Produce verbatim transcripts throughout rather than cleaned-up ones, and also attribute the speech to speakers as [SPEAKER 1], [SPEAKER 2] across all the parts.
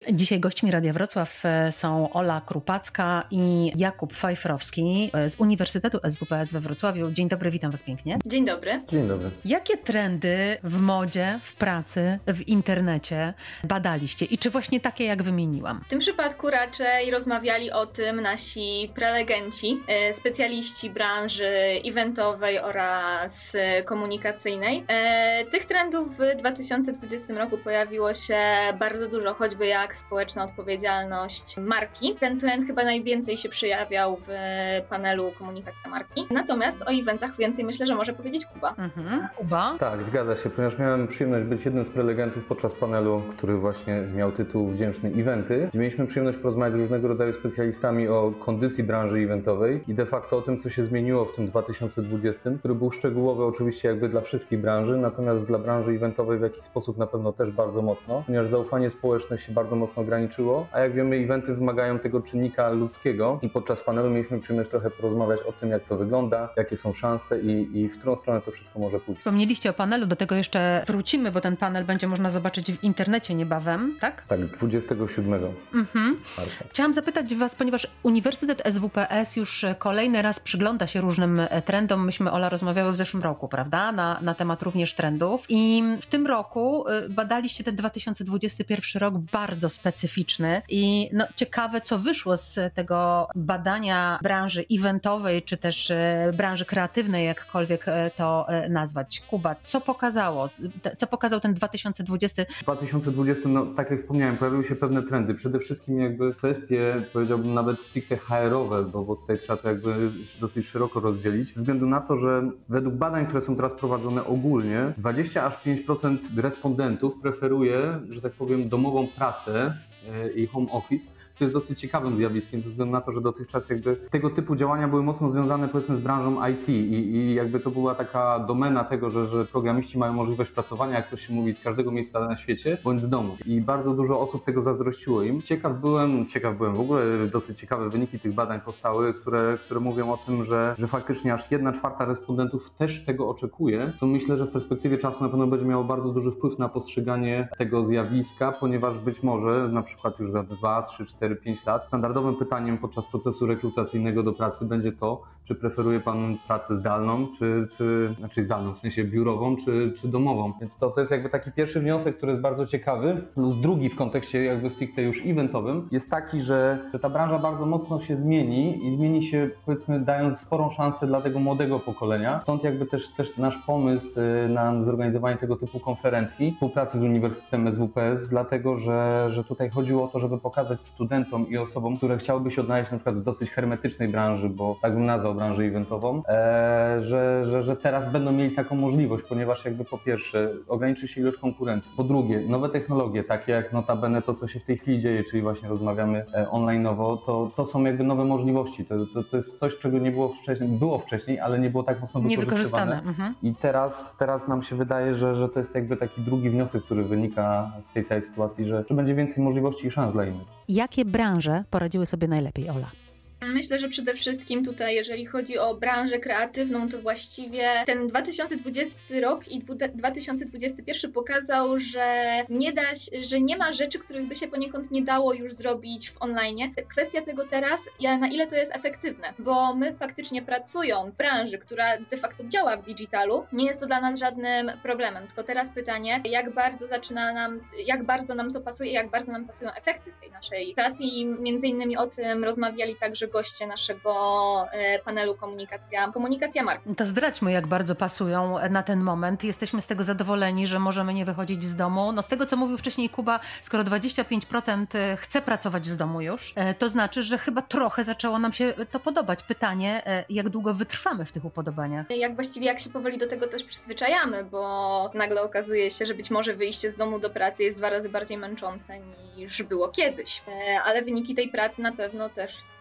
[SPEAKER 1] Dzisiaj gośćmi Radia Wrocław są Ola Krupacka i Jakub Fajfrowski z Uniwersytetu S W P S we Wrocławiu. Dzień dobry, witam Was pięknie.
[SPEAKER 2] Dzień dobry.
[SPEAKER 3] Dzień dobry.
[SPEAKER 1] Jakie trendy w modzie, w pracy, w internecie badaliście i czy właśnie takie, jak wymieniłam?
[SPEAKER 2] W tym przypadku raczej rozmawiali o tym nasi prelegenci, specjaliści branży eventowej oraz komunikacyjnej. Tych trendów w dwa tysiące dwudziestym roku pojawiło się bardzo dużo, choćby jak społeczna odpowiedzialność marki. Ten trend chyba najwięcej się przejawiał w panelu komunikacja marki. Natomiast o eventach więcej myślę, że może powiedzieć Kuba.
[SPEAKER 1] Mhm. Kuba?
[SPEAKER 3] Tak, zgadza się, ponieważ miałem przyjemność być jednym z prelegentów podczas panelu, który właśnie miał tytuł Wdzięczny Eventy, gdzie mieliśmy przyjemność porozmawiać z różnego rodzaju specjalistami o kondycji branży eventowej i de facto o tym, co się zmieniło w tym dwa tysiące dwudziestym, który był szczegółowy oczywiście jakby dla wszystkich branży, natomiast dla branży eventowej w jakiś sposób na pewno też bardzo mocno, ponieważ zaufanie społeczne się bardzo mocno ograniczyło, a jak wiemy, eventy wymagają tego czynnika ludzkiego i podczas panelu mieliśmy przyjemność trochę porozmawiać o tym, jak to wygląda, jakie są szanse i, i w którą stronę to wszystko może pójść.
[SPEAKER 1] Wspomnieliście o panelu, do tego jeszcze wrócimy, bo ten panel będzie można zobaczyć w internecie niebawem, tak?
[SPEAKER 3] Tak, dwudziestego siódmego
[SPEAKER 1] Mhm.
[SPEAKER 3] marca.
[SPEAKER 1] Chciałam zapytać Was, ponieważ Uniwersytet S W P S już kolejny raz przygląda się różnym trendom. Myśmy, Ola, rozmawiały w zeszłym roku, prawda? Na, na temat również trendów. I w tym roku badaliście ten dwa tysiące dwudziesty pierwszy rok bardzo specyficzny i no, ciekawe, co wyszło z tego badania branży eventowej, czy też branży kreatywnej, jakkolwiek to nazwać. Kuba, co pokazało? Co pokazał ten dwa tysiące dwudziesty?
[SPEAKER 3] W dwa tysiące dwudziestym, no tak jak wspomniałem, pojawiły się pewne trendy. Przede wszystkim jakby kwestie, powiedziałbym nawet stricte H R-owe, bo, bo tutaj trzeba to jakby dosyć szeroko rozdzielić, ze względu na to, że według badań, które są teraz prowadzone ogólnie, dwadzieścia aż pięć procent respondentów preferuje, że tak powiem, domową pracę i home office, co jest dosyć ciekawym zjawiskiem, ze względu na to, że dotychczas jakby tego typu działania były mocno związane, powiedzmy, z branżą I T i, i jakby to była taka domena tego, że, że programiści mają możliwość pracowania, jak to się mówi, z każdego miejsca na świecie, bądź z domu. I bardzo dużo osób tego zazdrościło im. Ciekaw byłem, ciekaw byłem w ogóle, dosyć ciekawe wyniki tych badań powstały, które, które mówią o tym, że, że faktycznie aż jedna czwarta respondentów też tego oczekuje, co myślę, że w perspektywie czasu na pewno będzie miało bardzo duży wpływ na postrzeganie tego zjawiska, ponieważ być może na przykład już za dwa, trzy, cztery, pięć lat standardowym pytaniem podczas procesu rekrutacyjnego do pracy będzie to, czy preferuje Pan pracę zdalną, czy, czy znaczy zdalną, w sensie biurową, czy, czy domową. Więc to, to jest jakby taki pierwszy wniosek, który jest bardzo ciekawy. Plus drugi w kontekście jakby stricte już eventowym jest taki, że, że ta branża bardzo mocno się zmieni i zmieni się, powiedzmy, dając sporą szansę dla tego młodego pokolenia. Stąd jakby też, też nasz pomysł na zorganizowanie tego typu konferencji, współpracy z Uniwersytetem S W P S, dlatego, że, że tutaj chodziło o to, żeby pokazać studentom i osobom, które chciałyby się odnaleźć na przykład w dosyć hermetycznej branży, bo tak bym nazwał branżę eventową, e, że, że, że teraz będą mieli taką możliwość, ponieważ jakby po pierwsze ograniczy się ilość konkurencji, po drugie nowe technologie, takie jak notabene to, co się w tej chwili dzieje, czyli właśnie rozmawiamy e, online'owo, to, to są jakby nowe możliwości. To, to, to jest coś, czego nie było wcześniej, było wcześniej, ale nie było tak mocno wykorzystywane.
[SPEAKER 1] Mhm.
[SPEAKER 3] I teraz, teraz nam się wydaje, że, że to jest jakby taki drugi wniosek, który wynika z tej całej sytuacji, że, że będzie więcej możliwości i szans dla innych.
[SPEAKER 1] Jakie branże poradziły sobie najlepiej, Ola?
[SPEAKER 2] Myślę, że przede wszystkim tutaj, jeżeli chodzi o branżę kreatywną, to właściwie ten dwa tysiące dwudziesty rok i dwa tysiące dwudziesty pierwszy pokazał, że nie da się, że nie ma rzeczy, których by się poniekąd nie dało już zrobić w online. Kwestia tego teraz, na ile to jest efektywne, bo my faktycznie pracując w branży, która de facto działa w digitalu, nie jest to dla nas żadnym problemem. Tylko teraz pytanie, jak bardzo zaczyna nam, jak bardzo nam to pasuje, jak bardzo nam pasują efekty tej naszej pracy i między innymi o tym rozmawiali także goście naszego panelu komunikacja, komunikacja marki.
[SPEAKER 1] To zdradźmy, jak bardzo pasują na ten moment. Jesteśmy z tego zadowoleni, że możemy nie wychodzić z domu. No z tego, co mówił wcześniej Kuba, skoro dwadzieścia pięć procent chce pracować z domu już, to znaczy, że chyba trochę zaczęło nam się to podobać. Pytanie, jak długo wytrwamy w tych upodobaniach?
[SPEAKER 2] Jak właściwie, jak się powoli do tego też przyzwyczajamy, bo nagle okazuje się, że być może wyjście z domu do pracy jest dwa razy bardziej męczące niż było kiedyś. Ale wyniki tej pracy na pewno też są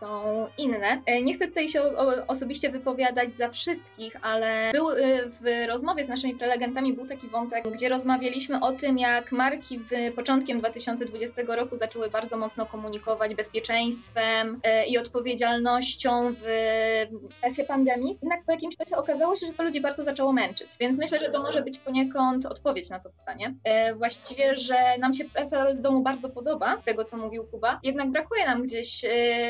[SPEAKER 2] inne. Nie chcę tutaj się osobiście wypowiadać za wszystkich, ale był w rozmowie z naszymi prelegentami był taki wątek, gdzie rozmawialiśmy o tym, jak marki w początkiem dwa tysiące dwudziestego roku zaczęły bardzo mocno komunikować bezpieczeństwem i odpowiedzialnością w czasie pandemii. Jednak po jakimś czasie okazało się, że to ludzi bardzo zaczęło męczyć. Więc myślę, że to może być poniekąd odpowiedź na to pytanie. Właściwie, że nam się praca z domu bardzo podoba, z tego co mówił Kuba, jednak brakuje nam gdzieś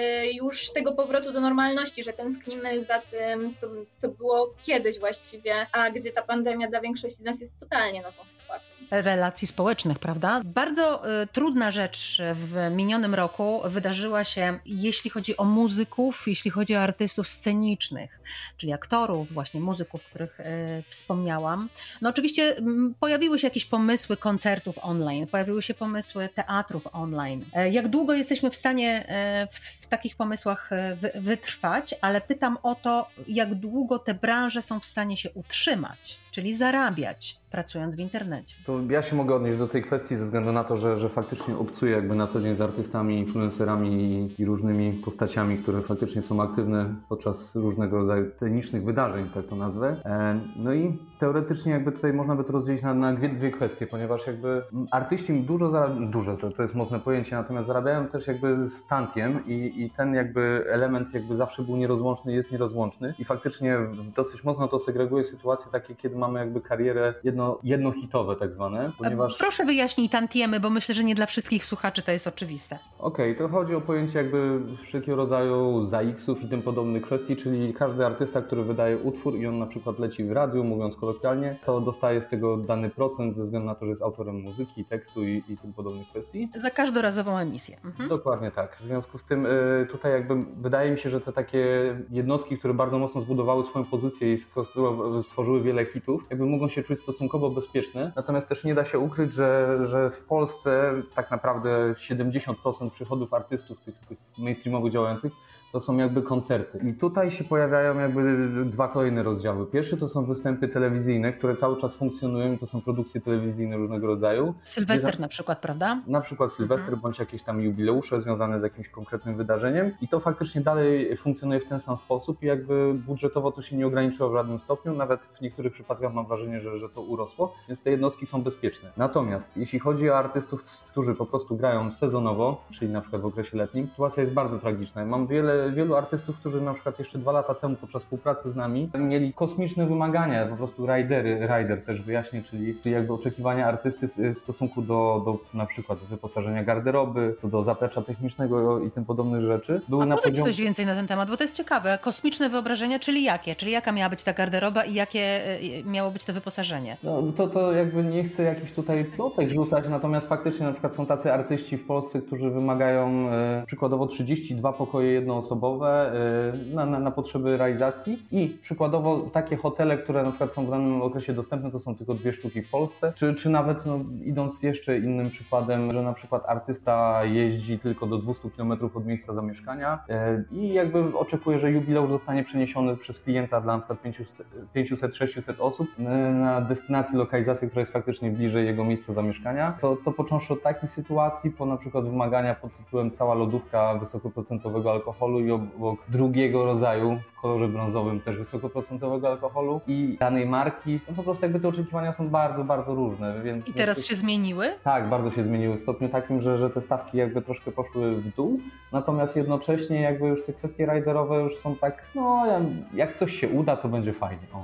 [SPEAKER 2] już tego powrotu do normalności, że tęsknimy za tym, co, co było kiedyś właściwie, a gdzie ta pandemia dla większości z nas jest totalnie nową sytuacją.
[SPEAKER 1] Relacji społecznych, prawda? Bardzo y, trudna rzecz w minionym roku wydarzyła się, jeśli chodzi o muzyków, jeśli chodzi o artystów scenicznych, czyli aktorów, właśnie muzyków, których y, wspomniałam. No oczywiście m, pojawiły się jakieś pomysły koncertów online, pojawiły się pomysły teatrów online. E, jak długo jesteśmy w stanie e, w, w takich pomysłach e, wy, wytrwać, ale pytam o to, jak długo te branże są w stanie się utrzymać, czyli zarabiać, pracując w internecie.
[SPEAKER 3] To ja się mogę odnieść do tej kwestii ze względu na to, że, że faktycznie obcuję jakby na co dzień z artystami, influencerami i, i różnymi postaciami, które faktycznie są aktywne podczas różnego rodzaju scenicznych wydarzeń, tak to nazwę. E, no i teoretycznie jakby tutaj można by to rozdzielić na, na dwie, dwie kwestie, ponieważ jakby artyści dużo zarabiają, dużo to, to jest mocne pojęcie, natomiast zarabiają też jakby z tantiem i, i ten jakby element jakby zawsze był nierozłączny, jest nierozłączny i faktycznie dosyć mocno to segreguje sytuacje takie, kiedy mamy jakby karierę jedno, jednohitowe tak zwane, ponieważ...
[SPEAKER 1] Proszę wyjaśnij tantiemy, bo myślę, że nie dla wszystkich słuchaczy to jest oczywiste.
[SPEAKER 3] Okej, okay, to chodzi o pojęcie jakby wszelkiego rodzaju zaiksów i tym podobnych kwestii, czyli każdy artysta, który wydaje utwór i on na przykład leci w radiu, mówiąc kolokwialnie, to dostaje z tego dany procent ze względu na to, że jest autorem muzyki, tekstu i, i tym podobnych kwestii.
[SPEAKER 1] Za każdorazową emisję. Mhm.
[SPEAKER 3] Dokładnie tak. W związku z tym y, tutaj jakby wydaje mi się, że te takie jednostki, które bardzo mocno zbudowały swoją pozycję i stworzyły wiele hitów, jakby mogą się czuć stosunkowo bezpieczne. Natomiast też nie da się ukryć, że, że w Polsce tak naprawdę siedemdziesiąt procent przychodów artystów, tych, tych mainstreamowo działających, to są jakby koncerty. I tutaj się pojawiają jakby dwa kolejne rozdziały. Pierwszy to są występy telewizyjne, które cały czas funkcjonują i to są produkcje telewizyjne różnego rodzaju.
[SPEAKER 1] Sylwester na przykład, prawda?
[SPEAKER 3] Na przykład Sylwester, mhm. bądź jakieś tam jubileusze związane z jakimś konkretnym wydarzeniem. I to faktycznie dalej funkcjonuje w ten sam sposób i jakby budżetowo to się nie ograniczyło w żadnym stopniu. Nawet w niektórych przypadkach mam wrażenie, że, że to urosło, więc te jednostki są bezpieczne. Natomiast jeśli chodzi o artystów, którzy po prostu grają sezonowo, czyli na przykład w okresie letnim, sytuacja jest bardzo tragiczna. Mam wiele wielu artystów, którzy na przykład jeszcze dwa lata temu podczas współpracy z nami mieli kosmiczne wymagania, po prostu ridery, rider też wyjaśnię, czyli, czyli jakby oczekiwania artysty w, w stosunku do, do na przykład wyposażenia garderoby, do, do zaplecza technicznego i tym podobnych rzeczy. Były
[SPEAKER 1] A
[SPEAKER 3] na
[SPEAKER 1] powiedz
[SPEAKER 3] poziom...
[SPEAKER 1] coś więcej na ten temat, bo to jest ciekawe. Kosmiczne wyobrażenia, czyli jakie? Czyli jaka miała być ta garderoba i jakie miało być to wyposażenie?
[SPEAKER 3] No to, to jakby nie chcę jakichś tutaj plotek rzucać, natomiast faktycznie na przykład są tacy artyści w Polsce, którzy wymagają e, przykładowo trzydzieści dwa pokoje jednoosobowe e, na, na, na potrzeby realizacji i przykładowo takie hotele, które na przykład są w danym okresie dostępne, to są tylko dwie sztuki w Polsce, czy, czy nawet no, idąc jeszcze innym przykładem, że na przykład artysta jeździ tylko do dwieście kilometrów od miejsca zamieszkania e, i jakby oczekuje, że jubileusz zostanie przeniesiony przez klienta dla na przykład pięćset sześćset osób na destynacji, lokalizacji, która jest faktycznie bliżej jego miejsca zamieszkania, to, to począwszy od takiej sytuacji, po na przykład wymagania pod tytułem cała lodówka wysokoprocentowego alkoholu i obok drugiego rodzaju w kolorze brązowym też wysokoprocentowego alkoholu i danej marki, no po prostu jakby te oczekiwania są bardzo, bardzo różne. Więc
[SPEAKER 1] I teraz
[SPEAKER 3] jest...
[SPEAKER 1] się zmieniły?
[SPEAKER 3] Tak, bardzo się zmieniły w stopniu takim, że, że te stawki jakby troszkę poszły w dół, natomiast jednocześnie jakby już te kwestie riderowe już są tak, no jak coś się uda, to będzie fajnie. O.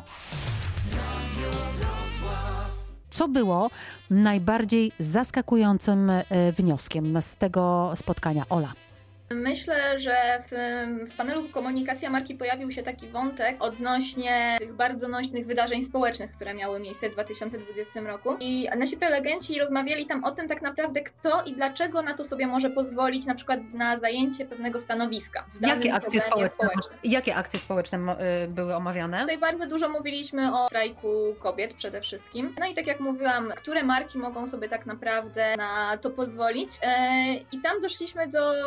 [SPEAKER 1] Co było najbardziej zaskakującym wnioskiem z tego spotkania, Ola?
[SPEAKER 2] Myślę, że w, w panelu Komunikacja Marki pojawił się taki wątek odnośnie tych bardzo nośnych wydarzeń społecznych, które miały miejsce w dwa tysiące dwudziestym roku. I nasi prelegenci rozmawiali tam o tym tak naprawdę, kto i dlaczego na to sobie może pozwolić, na przykład na zajęcie pewnego stanowiska w danym
[SPEAKER 1] Jakie akcje społeczne,
[SPEAKER 2] społecznym.
[SPEAKER 1] Jakie akcje społeczne były omawiane?
[SPEAKER 2] Tutaj bardzo dużo mówiliśmy o strajku kobiet przede wszystkim. No i tak jak mówiłam, które marki mogą sobie tak naprawdę na to pozwolić. I tam doszliśmy do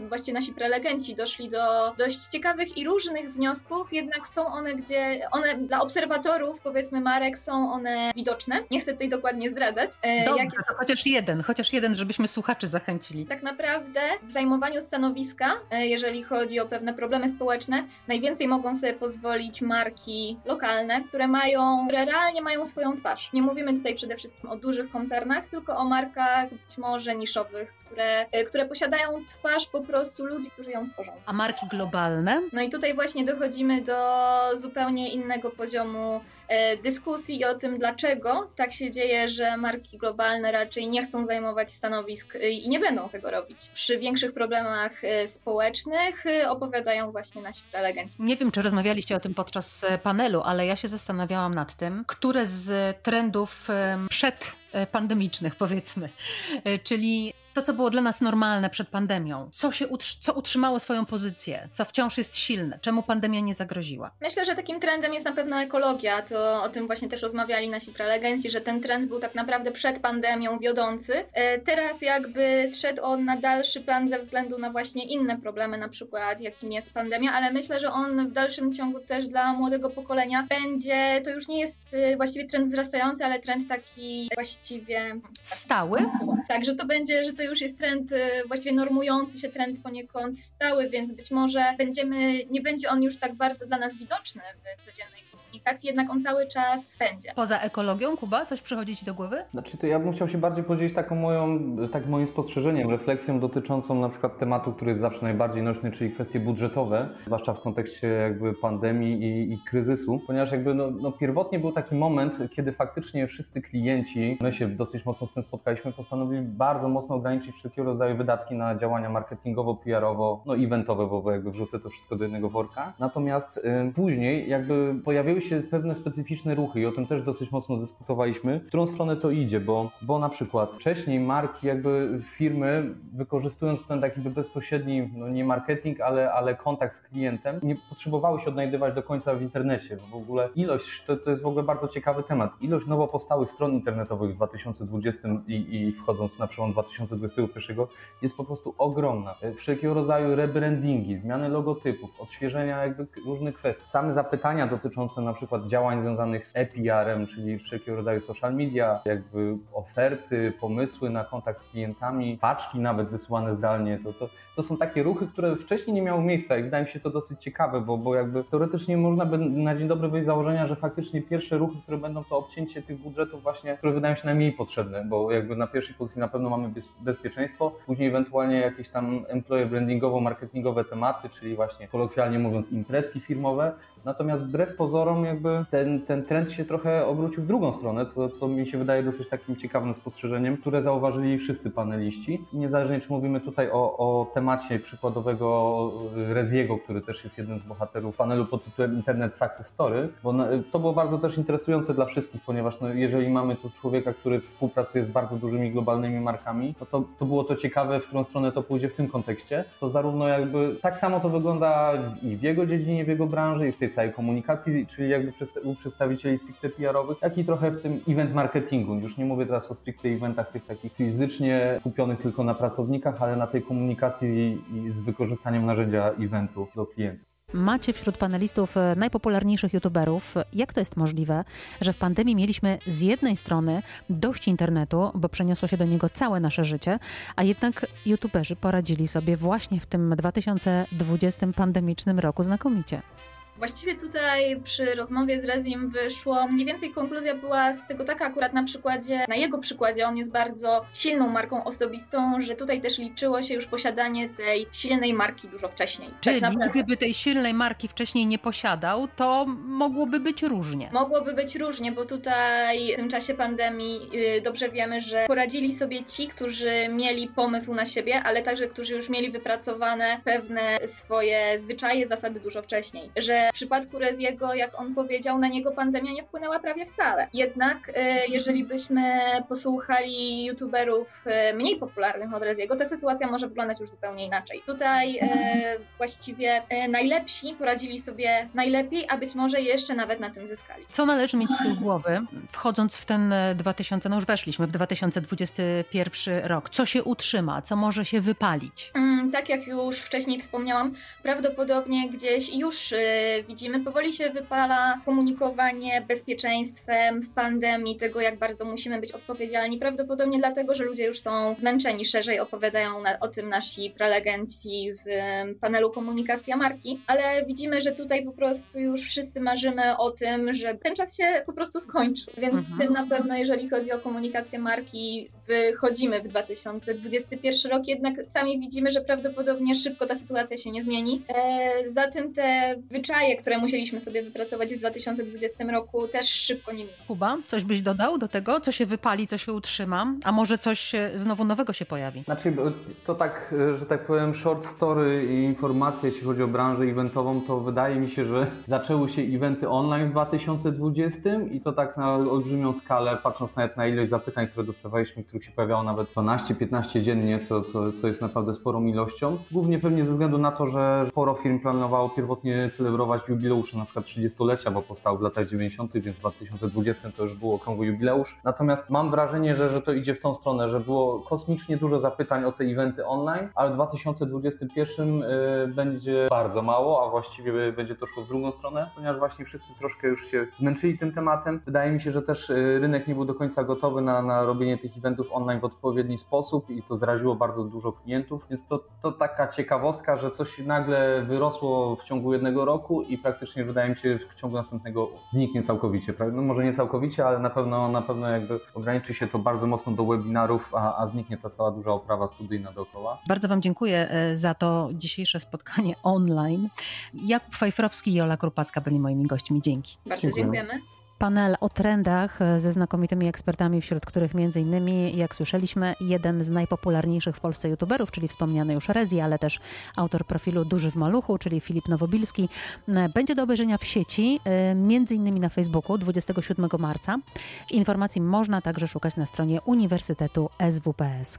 [SPEAKER 2] właściwie nasi prelegenci doszli do dość ciekawych i różnych wniosków, jednak są one, gdzie one dla obserwatorów, powiedzmy, marek, są one widoczne. Nie chcę tutaj dokładnie zdradzać.
[SPEAKER 1] Dobrze, jakie... to chociaż jeden, chociaż jeden, żebyśmy słuchaczy zachęcili.
[SPEAKER 2] Tak naprawdę w zajmowaniu stanowiska, jeżeli chodzi o pewne problemy społeczne, najwięcej mogą sobie pozwolić marki lokalne, które mają, które realnie mają swoją twarz. Nie mówimy tutaj przede wszystkim o dużych koncernach, tylko o markach być może niszowych, które, które posiadają twarz po prostu ludzi, którzy ją tworzą.
[SPEAKER 1] A marki globalne?
[SPEAKER 2] No i tutaj właśnie dochodzimy do zupełnie innego poziomu e, dyskusji i o tym, dlaczego tak się dzieje, że marki globalne raczej nie chcą zajmować stanowisk e, i nie będą tego robić. Przy większych problemach e, społecznych e, opowiadają właśnie nasi prelegenci.
[SPEAKER 1] Nie wiem, czy rozmawialiście o tym podczas panelu, ale ja się zastanawiałam nad tym, które z trendów e, przedpandemicznych, powiedzmy, e, czyli to, co było dla nas normalne przed pandemią, co się utr- co utrzymało swoją pozycję, co wciąż jest silne, czemu pandemia nie zagroziła?
[SPEAKER 2] Myślę, że takim trendem jest na pewno ekologia. To o tym właśnie też rozmawiali nasi prelegenci, że ten trend był tak naprawdę przed pandemią wiodący. Teraz jakby zszedł on na dalszy plan ze względu na właśnie inne problemy, na przykład jakim jest pandemia, ale myślę, że on w dalszym ciągu też dla młodego pokolenia będzie, to już nie jest właściwie trend wzrastający, ale trend taki właściwie...
[SPEAKER 1] Stały?
[SPEAKER 2] Tak, że to będzie, że to już jest trend właściwie normujący się, trend poniekąd stały, więc być może będziemy, nie będzie on już tak bardzo dla nas widoczny w codziennej komunikacji, jednak on cały czas będzie.
[SPEAKER 1] Poza ekologią, Kuba, coś przychodzi Ci do głowy?
[SPEAKER 3] Znaczy to ja bym chciał się bardziej podzielić taką moją, tak moim spostrzeżeniem, refleksją dotyczącą na przykład tematu, który jest zawsze najbardziej nośny, czyli kwestie budżetowe, zwłaszcza w kontekście jakby pandemii i, i kryzysu, ponieważ jakby no, no pierwotnie był taki moment, kiedy faktycznie wszyscy klienci, my się dosyć mocno z tym spotkaliśmy, postanowili bardzo mocno ograniczyć wszelkiego rodzaju wydatki na działania marketingowo, P R-owo, no eventowe, bo jakby wrzucę to wszystko do jednego worka. Natomiast y, później jakby pojawiły się pewne specyficzne ruchy i o tym też dosyć mocno dyskutowaliśmy, w którą stronę to idzie, bo, bo na przykład wcześniej marki, jakby firmy, wykorzystując ten taki bezpośredni, no nie marketing, ale, ale kontakt z klientem, nie potrzebowały się odnajdywać do końca w internecie. W ogóle ilość, to, to jest w ogóle bardzo ciekawy temat, ilość nowo powstałych stron internetowych w dwa tysiące dwudziestym i, i wchodząc na przełom dwa tysiące dwudziestego pierwszego jest po prostu ogromna. Wszelkiego rodzaju rebrandingi, zmiany logotypów, odświeżenia jakby różnych kwestii. Same zapytania dotyczące na przykład działań związanych z e P R-em, czyli wszelkiego rodzaju social media, jakby oferty, pomysły na kontakt z klientami, paczki nawet wysyłane zdalnie, to, to, to są takie ruchy, które wcześniej nie miały miejsca i wydaje mi się to dosyć ciekawe, bo, bo jakby teoretycznie można by na dzień dobry wyjść z założenia, że faktycznie pierwsze ruchy, które będą, to obcięcie tych budżetów właśnie, które wydają się najmniej potrzebne, bo jakby na pierwszej pozycji na pewno mamy bez, bezpieczeństwo, później ewentualnie jakieś tam employer brandingowo-marketingowe tematy, czyli właśnie kolokwialnie mówiąc imprezki firmowe, natomiast wbrew pozorom jakby ten, ten trend się trochę obrócił w drugą stronę, co, co mi się wydaje dosyć takim ciekawym spostrzeżeniem, które zauważyli wszyscy paneliści. I niezależnie czy mówimy tutaj o, o temacie przykładowego Reziego, który też jest jednym z bohaterów panelu pod tytułem Internet Success Story, bo to było bardzo też interesujące dla wszystkich, ponieważ no, jeżeli mamy tu człowieka, który współpracuje z bardzo dużymi globalnymi markami, no to, to było to ciekawe, w którą stronę to pójdzie w tym kontekście. To zarówno jakby tak samo to wygląda i w jego dziedzinie, w jego branży, i w tej całej komunikacji, czyli jakby u przedstawicieli stricte P R-owych, jak i trochę w tym event marketingu. Już nie mówię teraz o stricte eventach tych takich fizycznie skupionych tylko na pracownikach, ale na tej komunikacji i z wykorzystaniem narzędzia eventu do klientów.
[SPEAKER 1] Macie wśród panelistów najpopularniejszych youtuberów. Jak to jest możliwe, że w pandemii mieliśmy z jednej strony dość internetu, bo przeniosło się do niego całe nasze życie, a jednak youtuberzy poradzili sobie właśnie w tym dwa tysiące dwudziestym pandemicznym roku znakomicie?
[SPEAKER 2] Właściwie tutaj przy rozmowie z Rezim wyszło, mniej więcej konkluzja była z tego taka akurat na przykładzie, na jego przykładzie, on jest bardzo silną marką osobistą, że tutaj też liczyło się już posiadanie tej silnej marki dużo wcześniej.
[SPEAKER 1] Czyli
[SPEAKER 2] tak
[SPEAKER 1] gdyby tej silnej marki wcześniej nie posiadał, to mogłoby być różnie.
[SPEAKER 2] Mogłoby być różnie, bo tutaj w tym czasie pandemii yy, dobrze wiemy, że poradzili sobie ci, którzy mieli pomysł na siebie, ale także którzy już mieli wypracowane pewne swoje zwyczaje, zasady dużo wcześniej. Że w przypadku Reziego, jak on powiedział, na niego pandemia nie wpłynęła prawie wcale. Jednak y, jeżeli byśmy posłuchali youtuberów y, mniej popularnych od Reziego, ta sytuacja może wyglądać już zupełnie inaczej. Tutaj y, właściwie y, najlepsi poradzili sobie najlepiej, a być może jeszcze nawet na tym zyskali.
[SPEAKER 1] Co należy mieć z tyłu głowy, wchodząc w ten dwa tysiące, no już weszliśmy w dwa tysiące dwudziesty pierwszy rok? Co się utrzyma? Co może się wypalić?
[SPEAKER 2] Mm, Tak jak już wcześniej wspomniałam, prawdopodobnie gdzieś już widzimy, powoli się wypala komunikowanie bezpieczeństwem w pandemii, tego jak bardzo musimy być odpowiedzialni, prawdopodobnie dlatego, że ludzie już są zmęczeni, szerzej opowiadają na, o tym nasi prelegenci w panelu Komunikacja Marki, ale widzimy, że tutaj po prostu już wszyscy marzymy o tym, że ten czas się po prostu skończy, więc mhm. z tym na pewno, jeżeli chodzi o komunikację marki, wychodzimy w dwa tysiące dwudziesty pierwszy rok, jednak sami widzimy, że prawdopodobnie szybko ta sytuacja się nie zmieni. E, zatem te zwyczaje, które musieliśmy sobie wypracować w dwa tysiące dwudziestym roku, też szybko nie miną.
[SPEAKER 1] Kuba, coś byś dodał do tego, co się wypali, co się utrzyma, a może coś znowu nowego się pojawi?
[SPEAKER 3] Znaczy, to tak, że tak powiem, short story i informacje, jeśli chodzi o branżę eventową, to wydaje mi się, że zaczęły się eventy online w dwa tysiące dwudziestym i to tak na olbrzymią skalę, patrząc nawet na ilość zapytań, które dostawaliśmy, których się pojawiało nawet dwanaście piętnaście dziennie, co, co, co jest naprawdę sporą ilością. Głównie pewnie ze względu na to, że sporo firm planowało pierwotnie celebrować jubileusze, na przykład trzydziestolecia, bo powstało w latach dziewięćdziesiątych, więc w dwa tysiące dwudziestym to już był okrągły jubileusz. Natomiast mam wrażenie, że, że to idzie w tą stronę, że było kosmicznie dużo zapytań o te eventy online, ale w dwa tysiące dwudziestym pierwszym y, będzie bardzo mało, a właściwie będzie to szło w drugą stronę, ponieważ właśnie wszyscy troszkę już się zmęczyli tym tematem. Wydaje mi się, że też y, rynek nie był do końca gotowy na, na robienie tych eventów online w odpowiedni sposób i to zraziło bardzo dużo klientów, więc to, to taka ciekawostka, że coś nagle wyrosło w ciągu jednego roku i praktycznie wydaje mi się w ciągu następnego zniknie całkowicie. No może nie całkowicie, ale na pewno, na pewno jakby ograniczy się to bardzo mocno do webinarów, a, a zniknie ta cała duża oprawa studyjna dookoła.
[SPEAKER 1] Bardzo Wam dziękuję za to dzisiejsze spotkanie online. Jakub Fajfrowski i Ola Krupacka byli moimi gośćmi. Dzięki.
[SPEAKER 2] Bardzo dziękujemy. dziękujemy.
[SPEAKER 1] Panel o trendach ze znakomitymi ekspertami, wśród których między innymi, jak słyszeliśmy, jeden z najpopularniejszych w Polsce youtuberów, czyli wspomniany już Rezi, ale też autor profilu Duży w Maluchu, czyli Filip Nowobilski. Będzie do obejrzenia w sieci, między innymi na Facebooku dwudziestego siódmego marca. Informacji można także szukać na stronie Uniwersytetu S W P S.